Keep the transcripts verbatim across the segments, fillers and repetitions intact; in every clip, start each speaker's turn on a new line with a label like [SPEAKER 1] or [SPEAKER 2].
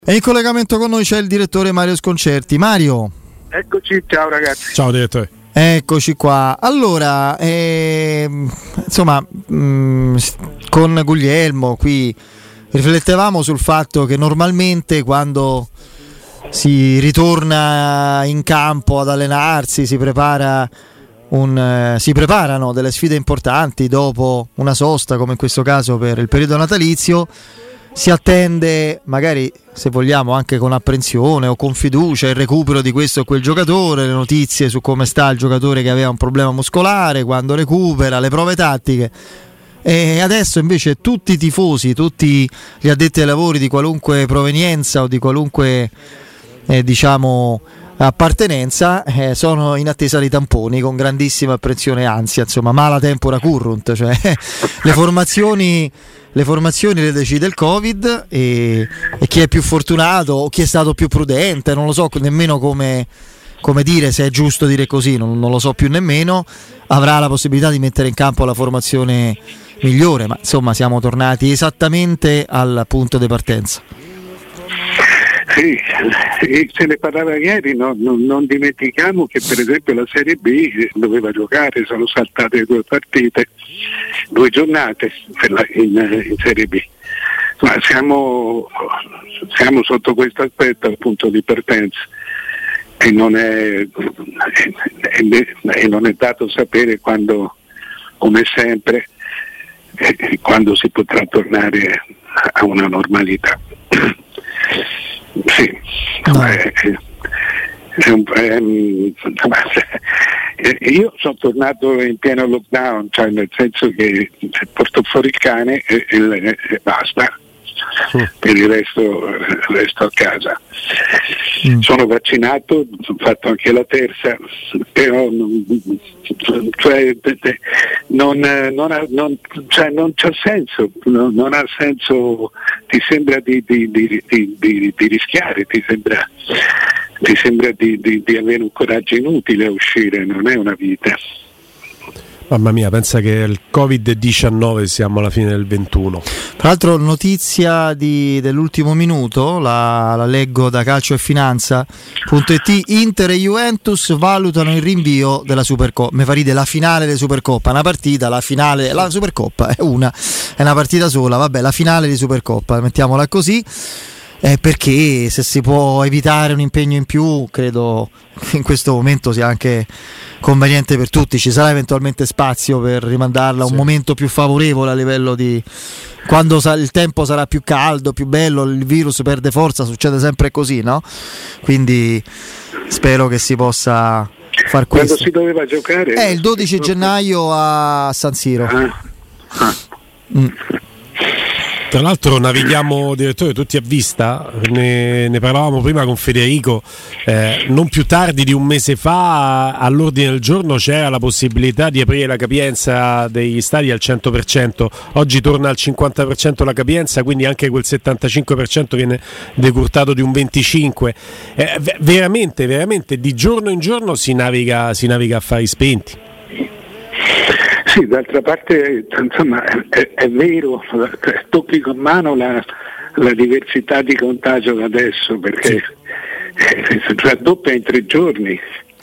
[SPEAKER 1] E in collegamento con noi c'è il direttore Mario Sconcerti. Mario.
[SPEAKER 2] Eccoci, ciao ragazzi.
[SPEAKER 3] Ciao direttore.
[SPEAKER 1] Eccoci qua. Allora, ehm, insomma, mh, con Guglielmo qui riflettevamo sul fatto che normalmente quando si ritorna in campo ad allenarsi, si prepara un, eh, si preparano delle sfide importanti dopo una sosta, come in questo caso per il periodo natalizio. Si attende, magari se vogliamo anche con apprensione o con fiducia, il recupero di questo o quel giocatore, le notizie su come sta il giocatore che aveva un problema muscolare, quando recupera, le prove tattiche. E adesso invece tutti i tifosi, tutti gli addetti ai lavori di qualunque provenienza o di qualunque eh, diciamo appartenenza eh, sono in attesa di tamponi con grandissima apprensione e ansia, insomma, mala tempora currunt, cioè le formazioni le formazioni le decide il Covid e, e chi è più fortunato o chi è stato più prudente, non lo so nemmeno come, come dire, se è giusto dire così, non, non lo so più nemmeno, avrà la possibilità di mettere in campo la formazione migliore, ma insomma siamo tornati esattamente al punto di partenza.
[SPEAKER 2] Sì, se ne parlava ieri, no, no, non dimentichiamo che per esempio la Serie B doveva giocare, sono saltate due partite, due giornate per la, in, in Serie B. Ma siamo, siamo sotto questo aspetto al punto di partenza e non è, e, e non è dato sapere quando, come sempre, quando si potrà tornare a una normalità. Sì, no. è, è un, è, io sono tornato in pieno lockdown, cioè nel senso che porto fuori il cane e, e, e basta, mm. per il resto resto a casa. Mm. Sono vaccinato, ho fatto anche la terza, però non, cioè, non, non, ha, non, cioè, non c'ha senso, non, non ha senso, ti sembra di, di, di, di, di, di rischiare, ti sembra, ti sembra di, di, di avere un coraggio inutile a uscire, non è una vita.
[SPEAKER 3] Mamma mia, pensa che il covid diciannove siamo alla fine del ventuno.
[SPEAKER 1] Tra l'altro notizia di, dell'ultimo minuto, la, la leggo da calcio e finanza punto it, Inter e Juventus valutano il rinvio della Supercoppa. Mi fa ridere, la finale della Supercoppa, una partita, la finale, la Supercoppa è una, è una partita sola, vabbè, la finale di Supercoppa, mettiamola così. Eh, perché se si può evitare un impegno in più, credo che in questo momento sia anche conveniente per tutti. Ci sarà eventualmente spazio per rimandarla a un sì. momento più favorevole a livello di quando sa- il tempo sarà più caldo, più bello, il virus perde forza, succede sempre così, no? Quindi spero che si possa far questo.
[SPEAKER 2] Quando si doveva giocare?
[SPEAKER 1] È il dodici gennaio a San Siro.
[SPEAKER 2] Ah. Ah.
[SPEAKER 1] Mm.
[SPEAKER 3] Tra l'altro navighiamo, direttore, tutti a vista, ne, ne parlavamo prima con Federico, eh, non più tardi di un mese fa all'ordine del giorno c'era la possibilità di aprire la capienza degli stadi al cento per cento, oggi torna al cinquanta per cento la capienza, quindi anche quel settantacinque per cento viene decurtato di un venticinque per cento, eh, veramente, veramente di giorno in giorno si naviga, si naviga a fari spenti.
[SPEAKER 2] Sì, d'altra parte insomma è, è vero, tocchi con mano la, la diversità di contagio da adesso, perché sì. raddoppia in tre giorni.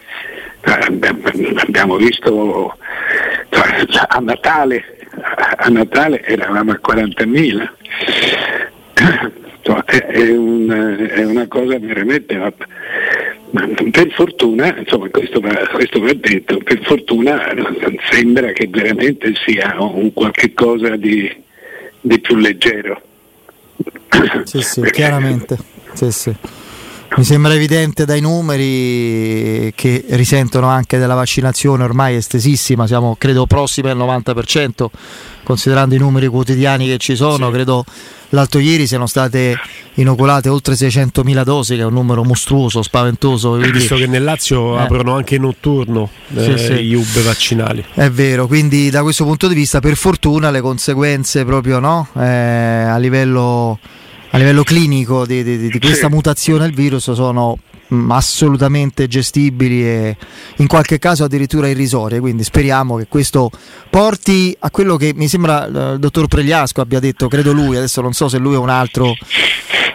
[SPEAKER 2] Abbiamo visto a Natale, a Natale eravamo a quarantamila. È, un, è una cosa veramente, ma per fortuna, insomma questo va, questo va detto, per fortuna sembra che veramente sia un qualche cosa di, di più leggero.
[SPEAKER 1] Sì, sì, perché... chiaramente. Sì, sì. Mi sembra evidente dai numeri che risentono anche della vaccinazione ormai estesissima, siamo credo prossimi al novanta per cento considerando i numeri quotidiani che ci sono, sì. Credo l'altro ieri siano state inoculate oltre seicentomila dosi, che è un numero mostruoso, spaventoso.
[SPEAKER 3] Quindi... visto che nel Lazio eh. aprono anche notturno eh, sì, sì. gli hub vaccinali.
[SPEAKER 1] È vero, quindi da questo punto di vista per fortuna le conseguenze proprio no eh, a livello a livello clinico di, di, di questa sì. mutazione del virus sono mh, assolutamente gestibili e in qualche caso addirittura irrisorie, quindi speriamo che questo porti a quello che mi sembra il dottor Pregliasco abbia detto, credo lui, adesso non so se lui o un altro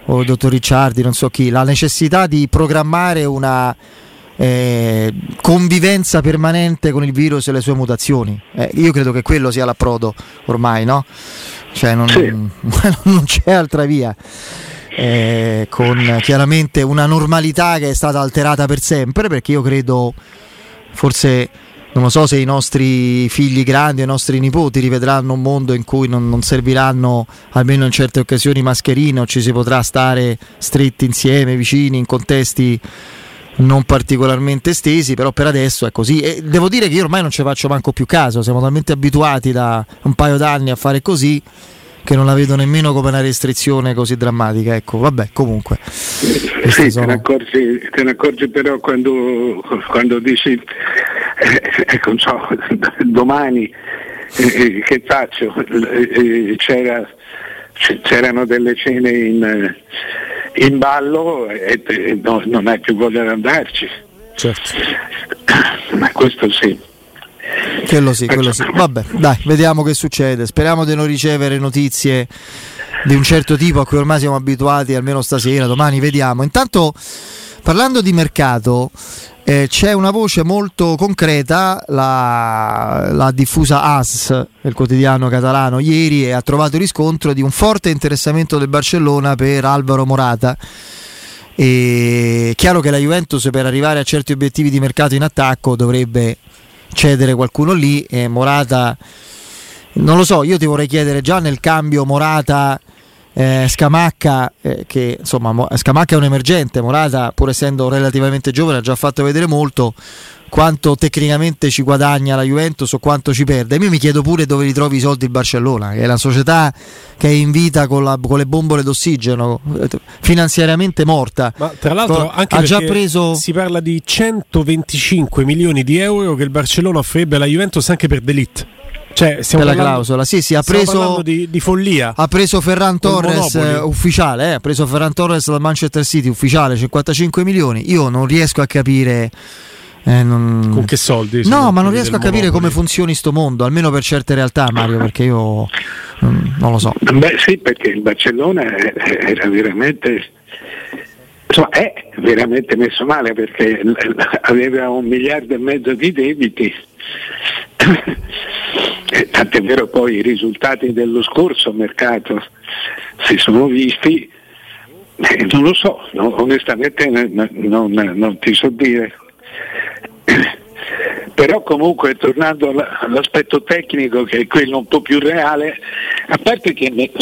[SPEAKER 1] o il dottor Ricciardi, non so chi, la necessità di programmare una eh, convivenza permanente con il virus e le sue mutazioni. Eh, io credo che quello sia l'approdo ormai, no? Cioè non,
[SPEAKER 2] sì.
[SPEAKER 1] non c'è altra via. Eh, con chiaramente una normalità che è stata alterata per sempre, perché io credo, forse non lo so se i nostri figli grandi o i nostri nipoti rivedranno un mondo in cui non, non serviranno, almeno in certe occasioni, mascherine, o ci si potrà stare stretti insieme, vicini, in contesti non particolarmente estesi, però per adesso è così. E devo dire che io ormai non ci faccio manco più caso, siamo talmente abituati da un paio d'anni a fare così che non la vedo nemmeno come una restrizione così drammatica. Ecco, vabbè, comunque
[SPEAKER 2] sì, sono... te, ne accorgi, te ne accorgi però quando, quando dici eh, ecco, non so, domani eh, che faccio? Eh, c'era, c'erano delle cene in, in ballo e te, no, non hai più voglia di andarci.
[SPEAKER 3] Certo.
[SPEAKER 2] Ma questo sì.
[SPEAKER 1] Quello sì, quello sì. Vabbè, dai, vediamo che succede. Speriamo di non ricevere notizie di un certo tipo a cui ormai siamo abituati, almeno stasera, domani vediamo. Intanto, parlando di mercato, eh, c'è una voce molto concreta, l'ha, l'ha diffusa A S, il quotidiano catalano, ieri, e ha trovato riscontro di un forte interessamento del Barcellona per Alvaro Morata. E chiaro che la Juventus, per arrivare a certi obiettivi di mercato in attacco, dovrebbe cedere qualcuno lì, e Morata non lo so, io ti vorrei chiedere già nel cambio Morata eh, Scamacca, eh, che insomma Scamacca è un emergente, Morata pur essendo relativamente giovane ha già fatto vedere molto, quanto tecnicamente ci guadagna la Juventus o quanto ci perde. E io mi chiedo pure dove ritrovi i soldi il Barcellona, che è una società che è in vita con, la, con le bombole d'ossigeno, finanziariamente morta.
[SPEAKER 3] Ma tra l'altro anche
[SPEAKER 1] ha già preso,
[SPEAKER 3] si parla di centoventicinque milioni di euro che il Barcellona offrirebbe alla Juventus anche per De Ligt. Cioè, stiamo
[SPEAKER 1] per la
[SPEAKER 3] parlando,
[SPEAKER 1] clausola, sì, sì, ha preso
[SPEAKER 3] di, di follia.
[SPEAKER 1] Ha preso Ferran Torres eh, ufficiale, eh, ha preso Ferran Torres dal Manchester City ufficiale, cinquantacinque milioni. Io non riesco a capire Eh, non...
[SPEAKER 3] con che soldi?
[SPEAKER 1] No, ma non riesco a capire come funzioni sto mondo, almeno per certe realtà, Mario, perché io non, non lo so.
[SPEAKER 2] Beh sì, perché il Barcellona era veramente, insomma, è veramente messo male, perché aveva un miliardo e mezzo di debiti. Tant'è vero, poi i risultati dello scorso mercato si sono visti, eh, non lo so, no, onestamente non, non, non ti so dire. Però comunque, tornando all'aspetto tecnico, che è quello un po' più reale, a parte che eh,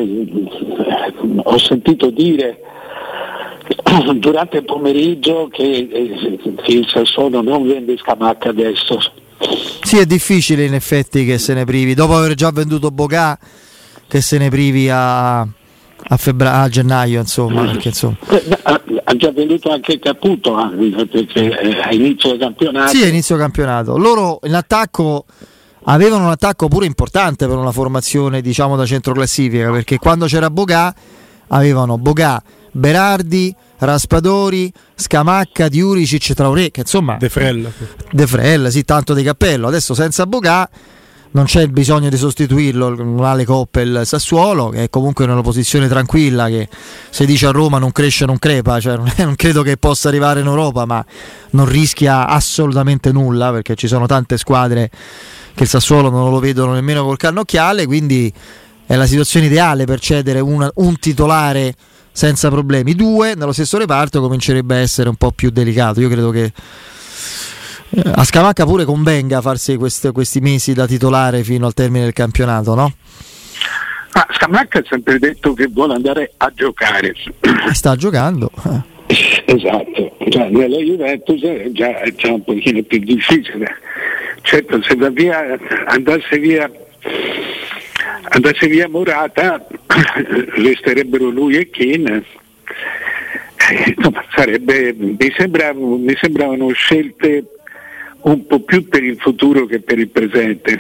[SPEAKER 2] ho sentito dire durante il pomeriggio che, eh, che il Sassuolo non vende Scamacca adesso.
[SPEAKER 1] Sì, è difficile in effetti che se ne privi, dopo aver già venduto Bogà, che se ne privi a, a, febbra- a gennaio, insomma, perché, insomma.
[SPEAKER 2] Ha già venduto anche Caputo, perché a inizio campionato.
[SPEAKER 1] Sì, a inizio campionato. Loro in attacco avevano un attacco pure importante per una formazione, diciamo, da centroclassifica, perché quando c'era Bogà avevano Bogà, Berardi, Raspadori, Scamacca, Diuricic, Traoré, che insomma
[SPEAKER 3] De Frel.
[SPEAKER 1] De Frel, sì, tanto di cappello. Adesso senza Bogà non c'è bisogno di sostituirlo, non ha le coppe il Sassuolo, che è comunque in una posizione tranquilla, che se dice a Roma non cresce non crepa, cioè non, è, non credo che possa arrivare in Europa, ma non rischia assolutamente nulla, perché ci sono tante squadre che il Sassuolo non lo vedono nemmeno col cannocchiale, quindi è la situazione ideale per cedere una, un titolare senza problemi. Due nello stesso reparto comincerebbe a essere un po' più delicato. Io credo che a Scamacca pure convenga farsi questi, questi mesi da titolare fino al termine del campionato, no?
[SPEAKER 2] Ah, Scamacca ha sempre detto che vuole andare a giocare.
[SPEAKER 1] Sta giocando.
[SPEAKER 2] Esatto, cioè, nella Juventus è già, è già un pochino più difficile. Certo, se da via andasse via andasse via Morata, resterebbero lui e Keane. Eh, insomma, sarebbe, mi, sembra, mi sembravano scelte un po' più per il futuro che per il presente,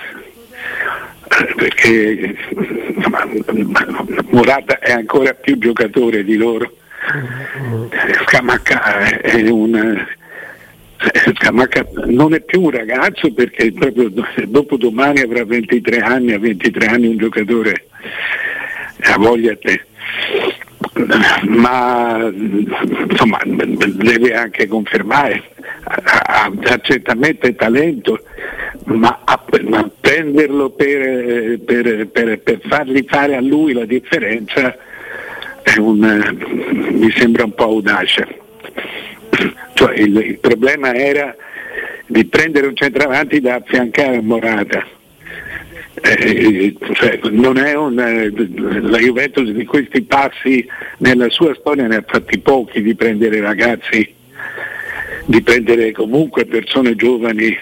[SPEAKER 2] perché insomma, Morata è ancora più giocatore di loro. Scamacca è un Scamacca non è più un ragazzo, perché proprio dopo domani avrà ventitré anni, a ventitré anni un giocatore ha voglia te. ma insomma deve anche confermare, ha, ha certamente talento, ma, a, ma prenderlo per, per, per, per fargli fare a lui la differenza è un, mi sembra un po' audace. Cioè, il, il problema era di prendere un centravanti da affiancare a Morata. Eh, cioè, non è un, la Juventus di questi passi nella sua storia ne ha fatti pochi, di prendere ragazzi, di prendere comunque persone giovani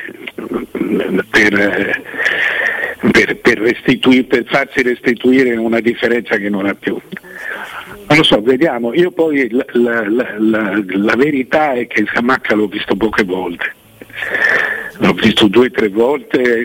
[SPEAKER 2] per, per, per, restituire, per farsi restituire una differenza che non ha più. Non lo so, vediamo. Io poi la, la, la, la, la verità è che Scamacca l'ho visto poche volte. L'ho visto due o tre volte,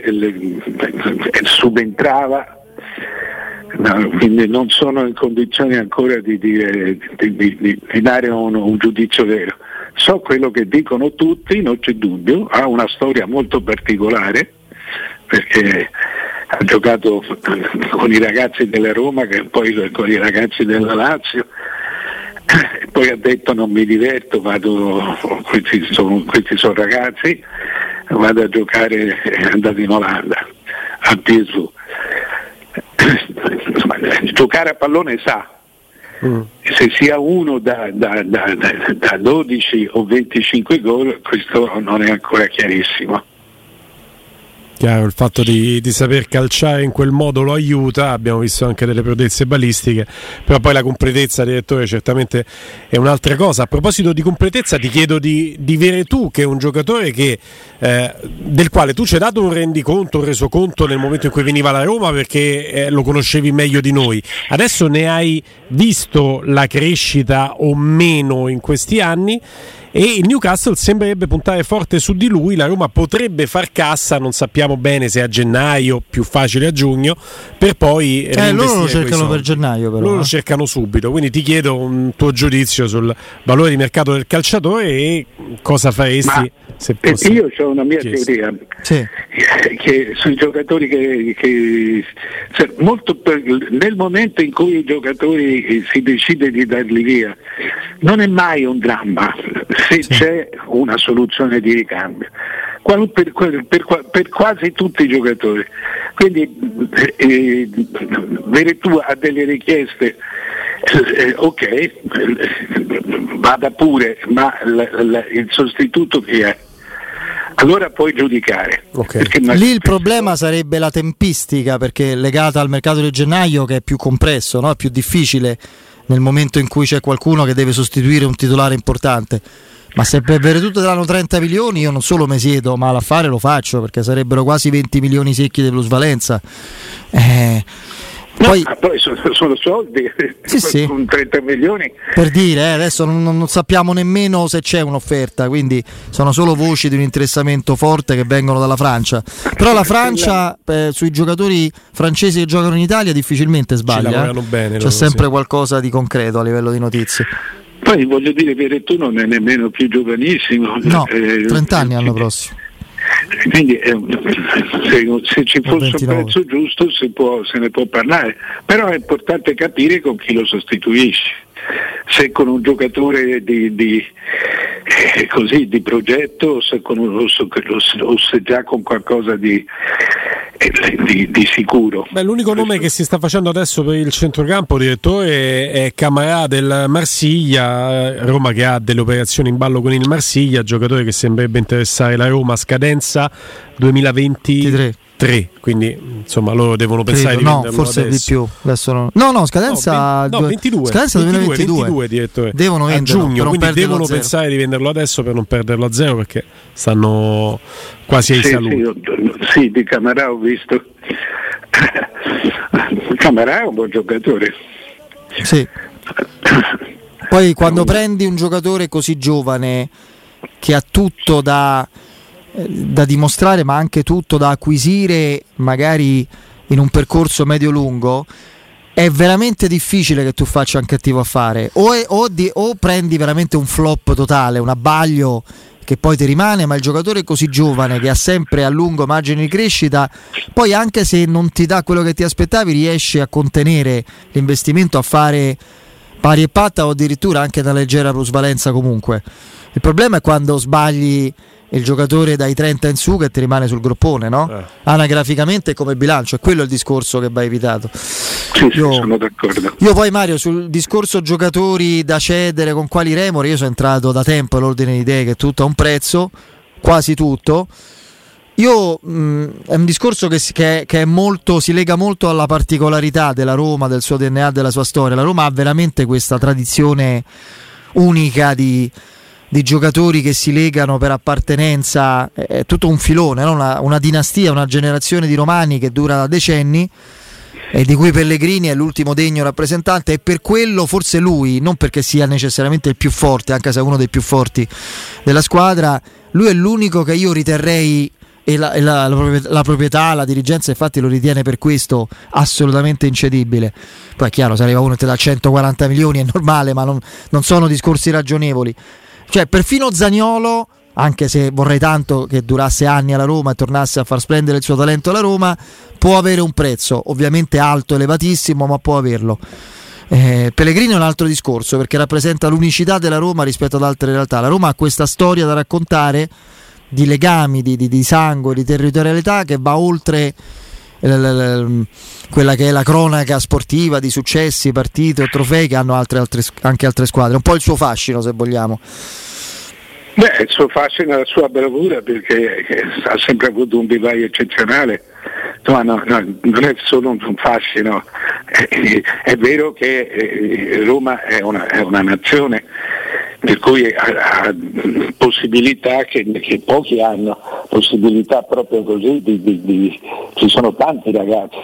[SPEAKER 2] subentrava, no, quindi non sono in condizioni ancora di, dire, di, di, di, di dare un, un giudizio vero. So quello che dicono tutti, non c'è dubbio, ha una storia molto particolare, perché ha giocato con i ragazzi della Roma, che poi con i ragazzi della Lazio, e poi ha detto non mi diverto, vado, questi sono, questi sono ragazzi, vado a giocare, è andato in Olanda, a P S V. Insomma, giocare a pallone sa, mm. se sia uno da, da, da, da, da dodici o venticinque gol, questo non è ancora chiarissimo.
[SPEAKER 3] Chiaro, il fatto di, di saper calciare in quel modo lo aiuta, abbiamo visto anche delle prodezze balistiche, però poi la completezza, direttore, certamente è un'altra cosa. A proposito di completezza, ti chiedo di, di Veretù, che è un giocatore che, eh, del quale tu ci hai dato un rendiconto, un resoconto nel momento in cui veniva alla Roma, perché eh, lo conoscevi meglio di noi. Adesso ne hai visto la crescita o meno in questi anni, e il Newcastle sembrerebbe puntare forte su di lui. La Roma potrebbe far cassa, non sappiamo bene se a gennaio, più facile a giugno, per poi
[SPEAKER 1] eh, loro lo cercano per gennaio, però
[SPEAKER 3] loro
[SPEAKER 1] eh.
[SPEAKER 3] lo cercano subito, quindi ti chiedo un tuo giudizio sul valore di mercato del calciatore e cosa faresti. Ma se
[SPEAKER 2] posso io ho una mia chiesti. teoria,
[SPEAKER 1] sì.
[SPEAKER 2] che sui giocatori che, che cioè, molto per, nel momento in cui i giocatori si decide di darli via non è mai un dramma se sì. c'è una soluzione di ricambio per, per, per, per quasi tutti i giocatori, quindi eh, Veretù ha delle richieste, eh, ok, eh, vada pure, ma la, la, il sostituto chi è? Allora puoi giudicare.
[SPEAKER 1] Okay. Lì il problema sarebbe la tempistica, perché legata al mercato di gennaio, che è più compresso, no? È più difficile nel momento in cui c'è qualcuno che deve sostituire un titolare importante. Ma se per Veretù daranno trenta milioni, io non solo mi siedo, ma l'affare lo faccio, perché sarebbero quasi venti milioni secchi di plusvalenza. Eh,
[SPEAKER 2] no, poi, poi sono, sono soldi,
[SPEAKER 1] sì, sì.
[SPEAKER 2] Con trenta milioni.
[SPEAKER 1] Per dire, eh, adesso non, non sappiamo nemmeno se c'è un'offerta, quindi sono solo voci di un interessamento forte che vengono dalla Francia. Però la Francia, eh, sui giocatori francesi che giocano in Italia, difficilmente sbaglia. Eh.
[SPEAKER 3] Bene,
[SPEAKER 1] c'è sempre sì. qualcosa di concreto a livello di notizie.
[SPEAKER 2] Poi voglio dire, Veretù non è nemmeno più giovanissimo.
[SPEAKER 1] No, eh, trenta anni l'anno prossimo.
[SPEAKER 2] Quindi eh, se, se ci fosse un prezzo giusto si può, se ne può parlare, però è importante capire con chi lo sostituisci, se con un giocatore di, di, eh, così, di progetto o se, con un, o, se, o se già con qualcosa di, eh, di, di sicuro.
[SPEAKER 3] Beh, l'unico
[SPEAKER 2] Questo.
[SPEAKER 3] nome che si sta facendo adesso per il centrocampo, direttore, è Camarà del Marsiglia, Roma che ha delle operazioni in ballo con il Marsiglia, giocatore che sembrerebbe interessare la Roma, scadenza duemilaventitré. Tre, quindi insomma loro devono pensare
[SPEAKER 1] Credo,
[SPEAKER 3] di venderlo
[SPEAKER 1] no, forse
[SPEAKER 3] adesso.
[SPEAKER 1] di più. Adesso no. no, no, scadenza
[SPEAKER 3] no, ventidue,
[SPEAKER 1] scadenza
[SPEAKER 3] ventidue,
[SPEAKER 1] duemilaventidue.
[SPEAKER 3] ventidue, direttore.
[SPEAKER 1] Devono
[SPEAKER 3] a
[SPEAKER 1] venderlo,
[SPEAKER 3] giugno, quindi devono pensare di venderlo adesso per non perderlo a zero, perché stanno quasi ai
[SPEAKER 2] sì,
[SPEAKER 3] saluti.
[SPEAKER 2] Sì, sì, di Camarà ho visto. Camarà è un buon giocatore.
[SPEAKER 1] Sì. Poi quando prendi un giocatore così giovane che ha tutto da da dimostrare, ma anche tutto da acquisire, magari in un percorso medio-lungo, è veramente difficile che tu faccia un cattivo affare. O, è, o, di, o prendi veramente un flop totale, un abbaglio che poi ti rimane, ma il giocatore così giovane che ha sempre a lungo margine di crescita, poi anche se non ti dà quello che ti aspettavi, riesce a contenere l'investimento, a fare pari e patta o addirittura anche una leggera plusvalenza comunque. Il problema è quando sbagli il giocatore dai trenta in su che ti rimane sul groppone, no? Eh. Anagraficamente come bilancio, è quello il discorso che va evitato.
[SPEAKER 2] Sì,
[SPEAKER 1] io,
[SPEAKER 2] sì, sono d'accordo.
[SPEAKER 1] Io poi, Mario, sul discorso giocatori da cedere con quali remore, io sono entrato da tempo all'ordine di idee che tutto ha un prezzo, quasi tutto. Io mh, è un discorso che, che, che è molto, si lega molto alla particolarità della Roma, del suo D N A, della sua storia. La Roma ha veramente questa tradizione unica di di giocatori che si legano per appartenenza, è tutto un filone, no? una, una dinastia, una generazione di romani che dura da decenni e di cui Pellegrini è l'ultimo degno rappresentante, e per quello forse lui, non perché sia necessariamente il più forte, anche se è uno dei più forti della squadra, lui è l'unico che io riterrei, e la, e la, la, la proprietà, la dirigenza infatti lo ritiene per questo assolutamente incedibile. Poi è chiaro, se arriva uno e te dà centoquaranta milioni è normale, ma non, non sono discorsi ragionevoli. Cioè perfino Zaniolo, anche se vorrei tanto che durasse anni alla Roma e tornasse a far splendere il suo talento alla Roma, può avere un prezzo, ovviamente alto, elevatissimo, ma può averlo. eh, Pellegrini è un altro discorso, perché rappresenta l'unicità della Roma rispetto ad altre realtà. La Roma ha questa storia da raccontare di legami, di, di, di sangue, di territorialità che va oltre l, l, l, quella che è la cronaca sportiva di successi, partite o trofei che hanno altre, altre, anche altre squadre. Un po' il suo fascino, se vogliamo.
[SPEAKER 2] Beh, il suo fascino e la sua bravura, perché ha sempre avuto un vivaio eccezionale. No, no, no, non è solo un fascino, è, è vero che eh, Roma è una, è una nazione per cui ha, ha possibilità che, che pochi hanno, possibilità proprio così, di, di, di, ci sono tanti ragazzi,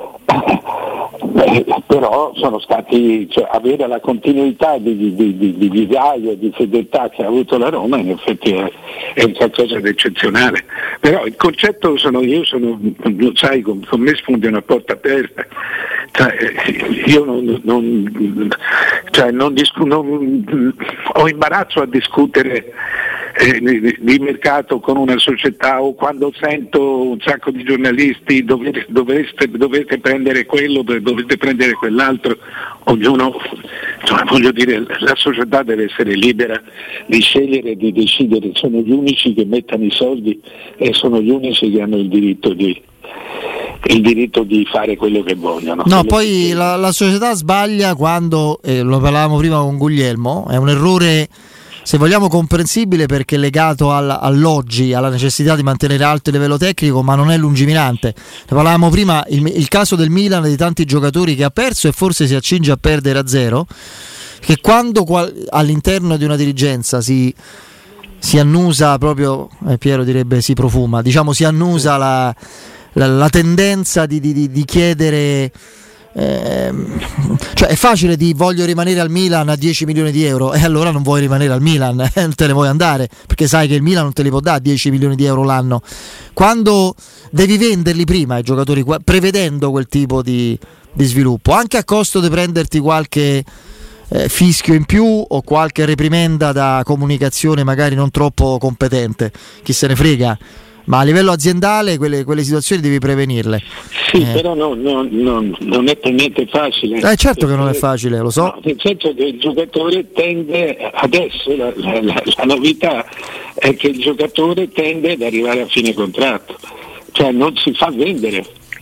[SPEAKER 2] Beh, però sono stati, cioè, avere la continuità di, di, di, di vivaio e di fedeltà che ha avuto la Roma in effetti è, è un qualcosa di eccezionale. Però il concetto sono io, sono, lo sai, con, con me sfondi una porta aperta, cioè, io non, non, cioè, non, discu- non ho imbarazzo a discutere eh, di, di mercato con una società, o quando sento un sacco di giornalisti dovete, doveste, dovete prendere quello, dovete prendere quell'altro, ognuno, cioè, voglio dire, la società deve essere libera di scegliere, di decidere, sono gli unici che mettono i soldi e sono gli unici che hanno il diritto di il diritto di fare quello che vogliono.
[SPEAKER 1] No, poi la, la società sbaglia quando, eh, lo parlavamo prima con Guglielmo, è un errore se vogliamo comprensibile perché è legato al, all'oggi, alla necessità di mantenere alto il livello tecnico, ma non è lungimirante. Ne parlavamo prima, il, il caso del Milan, di tanti giocatori che ha perso e forse si accinge a perdere a zero, che quando qual, all'interno di una dirigenza si si annusa proprio, eh, Piero direbbe si profuma, diciamo si annusa la La, la tendenza di, di, di chiedere, eh, cioè è facile di voglio rimanere al Milan a dieci milioni di euro, e allora non vuoi rimanere al Milan, eh, non te ne vuoi andare perché sai che il Milan non te li può dare dieci milioni di euro l'anno. Quando devi venderli prima i giocatori, prevedendo quel tipo di, di sviluppo, anche a costo di prenderti qualche eh, fischio in più o qualche reprimenda da comunicazione magari non troppo competente, chi se ne frega. Ma a livello aziendale quelle, quelle situazioni devi prevenirle.
[SPEAKER 2] Sì,
[SPEAKER 1] eh.
[SPEAKER 2] però no, no, no, non è per niente facile.
[SPEAKER 1] Eh, certo che non è facile, lo so.
[SPEAKER 2] No, nel senso che il giocatore tende, adesso la, la, la, la novità è che il giocatore tende ad arrivare a fine contratto, cioè non si fa vendere.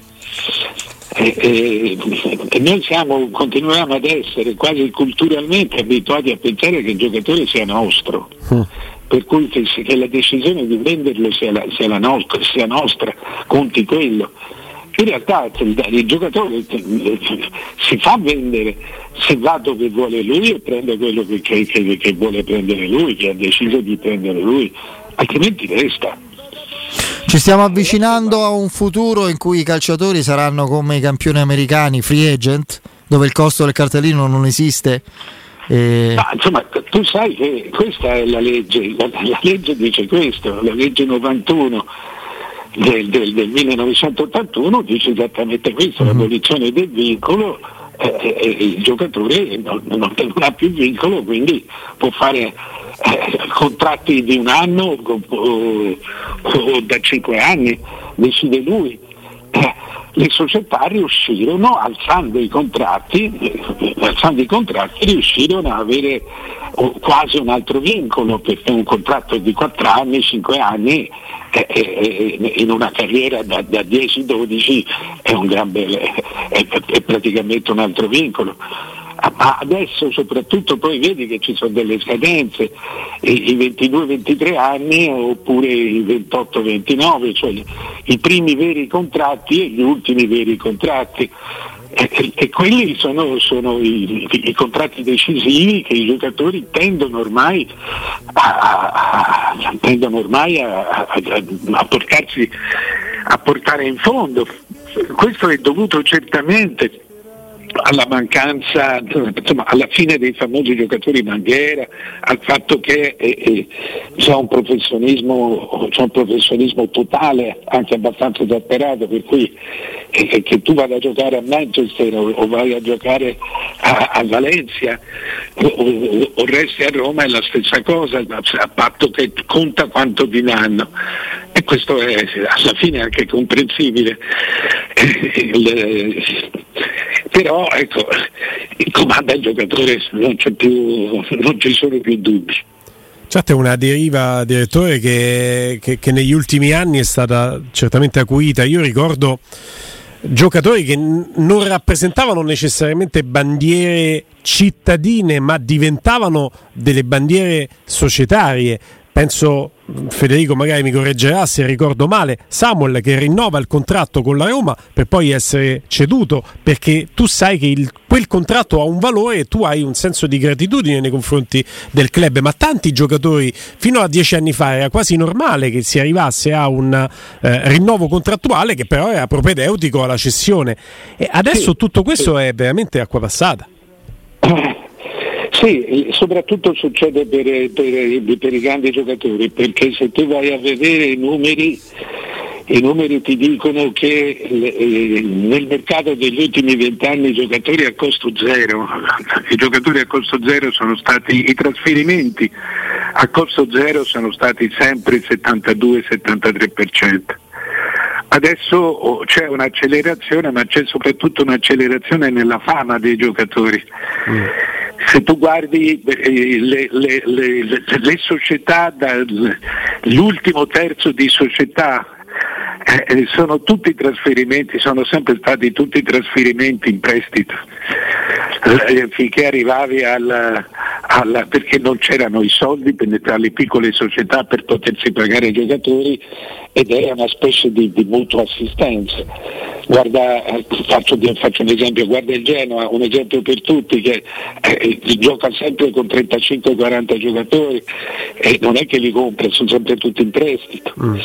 [SPEAKER 2] E, e, e noi siamo, continuiamo ad essere quasi culturalmente abituati a pensare che il giocatore sia nostro. Mm. Per cui che, che la decisione di venderlo sia la, sia la nostra, sia nostra, conti quello. In realtà il, il giocatore si fa vendere se va dove vuole lui e prende quello che, che, che, che vuole prendere lui, che ha deciso di prendere lui, altrimenti resta.
[SPEAKER 1] Ci stiamo avvicinando a un futuro in cui i calciatori saranno come i campioni americani, free agent, dove il costo del cartellino non esiste. E...
[SPEAKER 2] Ma, insomma, tu sai che questa è la legge, la, la legge dice questo, la legge novantuno del, del, del millenovecentottantuno dice esattamente questo, mm-hmm. l'abolizione del vincolo, eh, eh, il giocatore non, non, non ha più vincolo, quindi può fare eh, contratti di un anno o, o, o da cinque anni, decide lui. Eh, le società riuscirono, alzando i contratti, alzando i contratti riuscirono a avere quasi un altro vincolo, perché un contratto di quattro anni, cinque anni eh, eh, in una carriera da, da dieci dodici è un gran bel, è, è praticamente un altro vincolo. Ma adesso soprattutto poi vedi che ci sono delle scadenze, i, i ventidue ventitré anni oppure i ventotto ventinove, cioè i primi veri contratti e gli ultimi veri contratti. E, e quelli sono, sono i, i, i contratti decisivi che i giocatori tendono ormai a, a, a, tendono ormai a, a, a portarsi a portare in fondo. Questo è dovuto certamente alla mancanza, insomma, alla fine dei famosi giocatori bandiera, al fatto che eh, eh, c'è un professionismo c'è un professionismo totale, anche abbastanza esasperato, per cui eh, che tu vada a giocare a Manchester o, o vai a giocare a, a Valencia o, o, o resti a Roma è la stessa cosa, a patto che conta quanto ti danno, e questo è alla fine anche comprensibile. Eh, il, però ecco, il comando al giocatore non c'è più, non ci sono più dubbi.
[SPEAKER 3] Certo, è una deriva, direttore, che, che, che negli ultimi anni è stata certamente acuita. Io ricordo giocatori che n- non rappresentavano necessariamente bandiere cittadine, ma diventavano delle bandiere societarie. Penso, Federico magari mi correggerà se ricordo male, Samuel che rinnova il contratto con la Roma per poi essere ceduto, perché tu sai che il, quel contratto ha un valore e tu hai un senso di gratitudine nei confronti del club. Ma tanti giocatori fino a dieci anni fa era quasi normale che si arrivasse a un eh, rinnovo contrattuale che però era propedeutico alla cessione, e adesso sì, tutto questo sì. È veramente acqua passata.
[SPEAKER 2] Sì, soprattutto succede per, per, per i grandi giocatori, perché se tu vai a vedere i numeri, i numeri ti dicono che eh, nel mercato degli ultimi vent'anni i giocatori a costo zero, i giocatori a costo zero sono stati, i trasferimenti a costo zero sono stati sempre il settantadue settantatré per cento. Adesso c'è un'accelerazione, ma c'è soprattutto un'accelerazione nella fama dei giocatori. Mm. Se tu guardi eh, le, le, le, le società, l'ultimo terzo di società eh, sono tutti trasferimenti, sono sempre stati tutti trasferimenti in prestito, eh, finché arrivavi al, al perché non c'erano i soldi per, tra le piccole società per potersi pagare i giocatori, ed era una specie di, di mutua assistenza. Guarda, faccio, faccio un esempio, guarda il Genoa, un esempio per tutti, che eh, gioca sempre con trentacinque quaranta giocatori e non è che li compra, sono sempre tutti in prestito. Mm.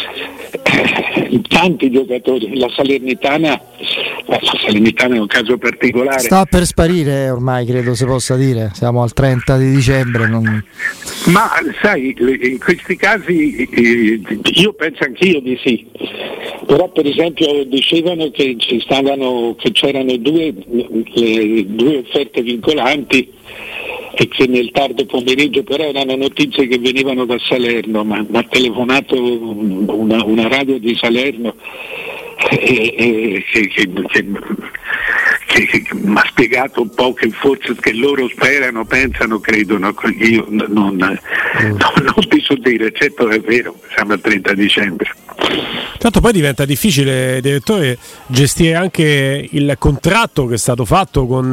[SPEAKER 2] Eh, tanti giocatori, la Salernitana, la Salernitana è un caso particolare.
[SPEAKER 1] Sta per sparire ormai, credo si possa dire, siamo al trenta di dicembre. Non...
[SPEAKER 2] Ma sai, in questi casi eh, io penso anch'io di sì. Però per esempio dicevano che ci stavano, che c'erano due, eh, due offerte vincolanti e che nel tardo pomeriggio, però erano notizie che venivano da Salerno, ma mi ha telefonato una, una radio di Salerno e, e, che, che, che, che, che mi ha spiegato un po' che forse che loro sperano, pensano, credono, io non, non, non, non ti so dire, certo è vero, siamo al trenta dicembre.
[SPEAKER 3] Tanto poi diventa difficile, direttore, gestire anche il contratto che è stato fatto con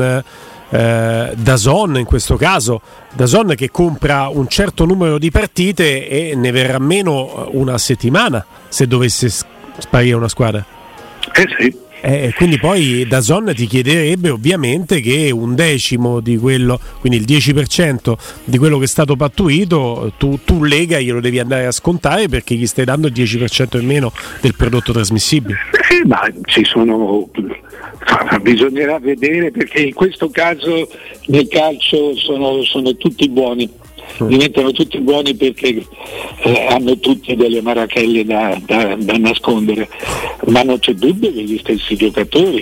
[SPEAKER 3] eh, DAZN, in questo caso DAZN che compra un certo numero di partite e ne verrà meno una settimana se dovesse sparire una squadra.
[SPEAKER 2] Eh sì.
[SPEAKER 3] Eh, quindi poi DAZN ti chiederebbe ovviamente che un decimo di quello, quindi il dieci per cento di quello che è stato pattuito, tu, tu Lega glielo devi andare a scontare perché gli stai dando il dieci per cento in meno del prodotto trasmissibile.
[SPEAKER 2] Eh, ma ci sono, bisognerà vedere, perché in questo caso nel calcio sono, sono tutti buoni. Diventano tutti buoni perché eh, hanno tutti delle marachelle da, da, da nascondere, ma non c'è dubbio che gli stessi giocatori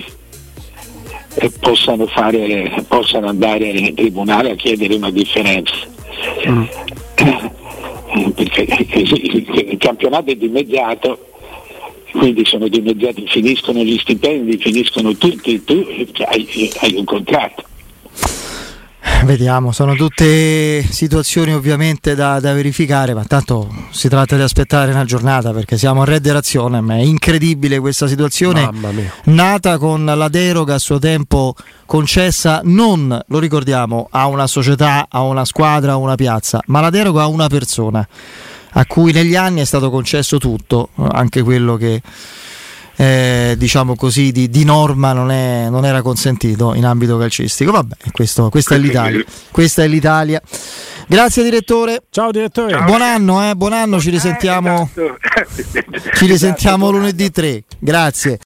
[SPEAKER 2] eh, possano, fare, possano andare in tribunale a chiedere una differenza. Mm. Eh, perché il campionato è dimezzato quindi sono dimezzati, finiscono gli stipendi, finiscono tutti, tu hai, hai un contratto.
[SPEAKER 1] Vediamo, sono tutte situazioni ovviamente da, da verificare, ma tanto si tratta di aspettare una giornata perché siamo a Red Erazione, ma è incredibile questa situazione nata con la deroga a suo tempo concessa non, lo ricordiamo, a una società, a una squadra, a una piazza, ma la deroga a una persona a cui negli anni è stato concesso tutto, anche quello che Eh, diciamo così di, di norma non, è, non era consentito in ambito calcistico. Vabbè, questo, questa è l'Italia. Questa è l'Italia. Grazie direttore.
[SPEAKER 3] Ciao direttore.
[SPEAKER 1] Ciao. Buon anno, eh, buon anno, ci risentiamo.
[SPEAKER 2] Eh, esatto.
[SPEAKER 1] Ci risentiamo lunedì tre. Grazie.